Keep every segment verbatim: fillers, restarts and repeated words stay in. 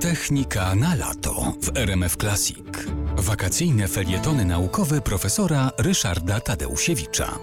Technika na lato w R M F Classic. Wakacyjne felietony naukowe profesora Ryszarda Tadeusiewicza.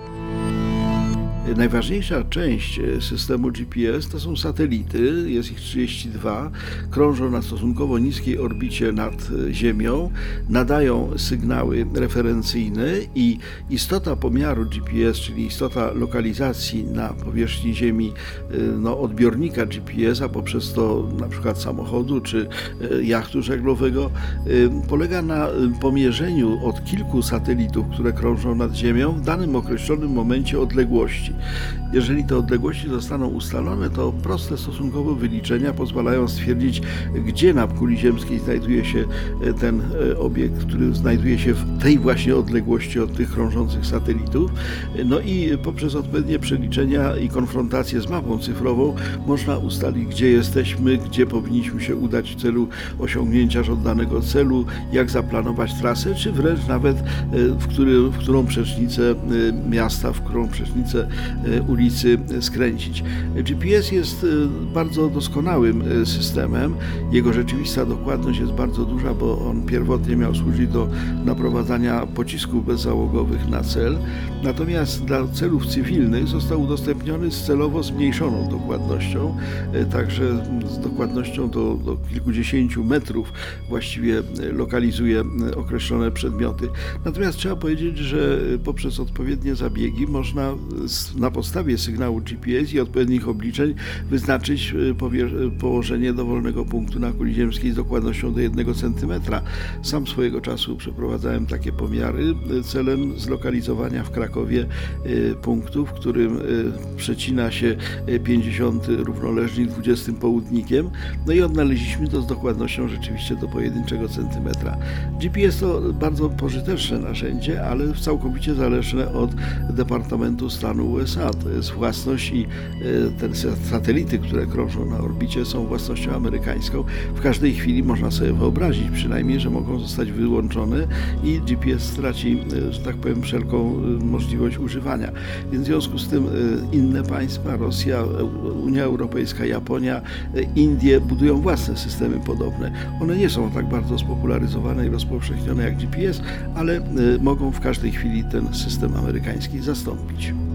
Najważniejsza część systemu G P S to są satelity, jest ich trzydzieści dwa, krążą na stosunkowo niskiej orbicie nad Ziemią, nadają sygnały referencyjne i istota pomiaru G P S, czyli istota lokalizacji na powierzchni Ziemi no, odbiornika G P S, a poprzez to na przykład samochodu czy jachtu żeglowego, polega na pomierzeniu od kilku satelitów, które krążą nad Ziemią, w danym określonym momencie odległości. Jeżeli te odległości zostaną ustalone, to proste stosunkowo wyliczenia pozwalają stwierdzić, gdzie na kuli ziemskiej znajduje się ten obiekt, który znajduje się w tej właśnie odległości od tych krążących satelitów. No i poprzez odpowiednie przeliczenia i konfrontację z mapą cyfrową można ustalić, gdzie jesteśmy, gdzie powinniśmy się udać w celu osiągnięcia żądanego celu, jak zaplanować trasę, czy wręcz nawet w, który, w którą przecznicę miasta, w którą przecznicę ulicy skręcić. G P S jest bardzo doskonałym systemem. Jego rzeczywista dokładność jest bardzo duża, bo on pierwotnie miał służyć do naprowadzania pocisków bezzałogowych na cel. Natomiast dla celów cywilnych został udostępniony z celowo zmniejszoną dokładnością, także z dokładnością do, do kilkudziesięciu metrów właściwie lokalizuje określone przedmioty. Natomiast trzeba powiedzieć, że poprzez odpowiednie zabiegi można na podstawie sygnału G P S i odpowiednich obliczeń wyznaczyć położenie dowolnego punktu na kuli ziemskiej z dokładnością do jednego centymetra. Sam swojego czasu przeprowadzałem takie pomiary celem zlokalizowania w Krakowie punktu, w którym przecina się pięćdziesiąty równoleżnik dwudziestym południkiem. No i odnaleźliśmy to z dokładnością rzeczywiście do pojedynczego centymetra. G P S to bardzo pożyteczne narzędzie, ale całkowicie zależne od Departamentu Stanu U S A. To jest własność i te satelity, które krążą na orbicie, są własnością amerykańską. W każdej chwili można sobie wyobrazić przynajmniej, że mogą zostać wyłączone i G P S straci, że tak powiem, wszelką możliwość używania. Więc w związku z tym inne państwa, Rosja, Unia Europejska, Japonia, Indie budują własne systemy podobne. One nie są tak bardzo spopularyzowane i rozpowszechnione jak G P S, ale mogą w każdej chwili ten system amerykański zastąpić.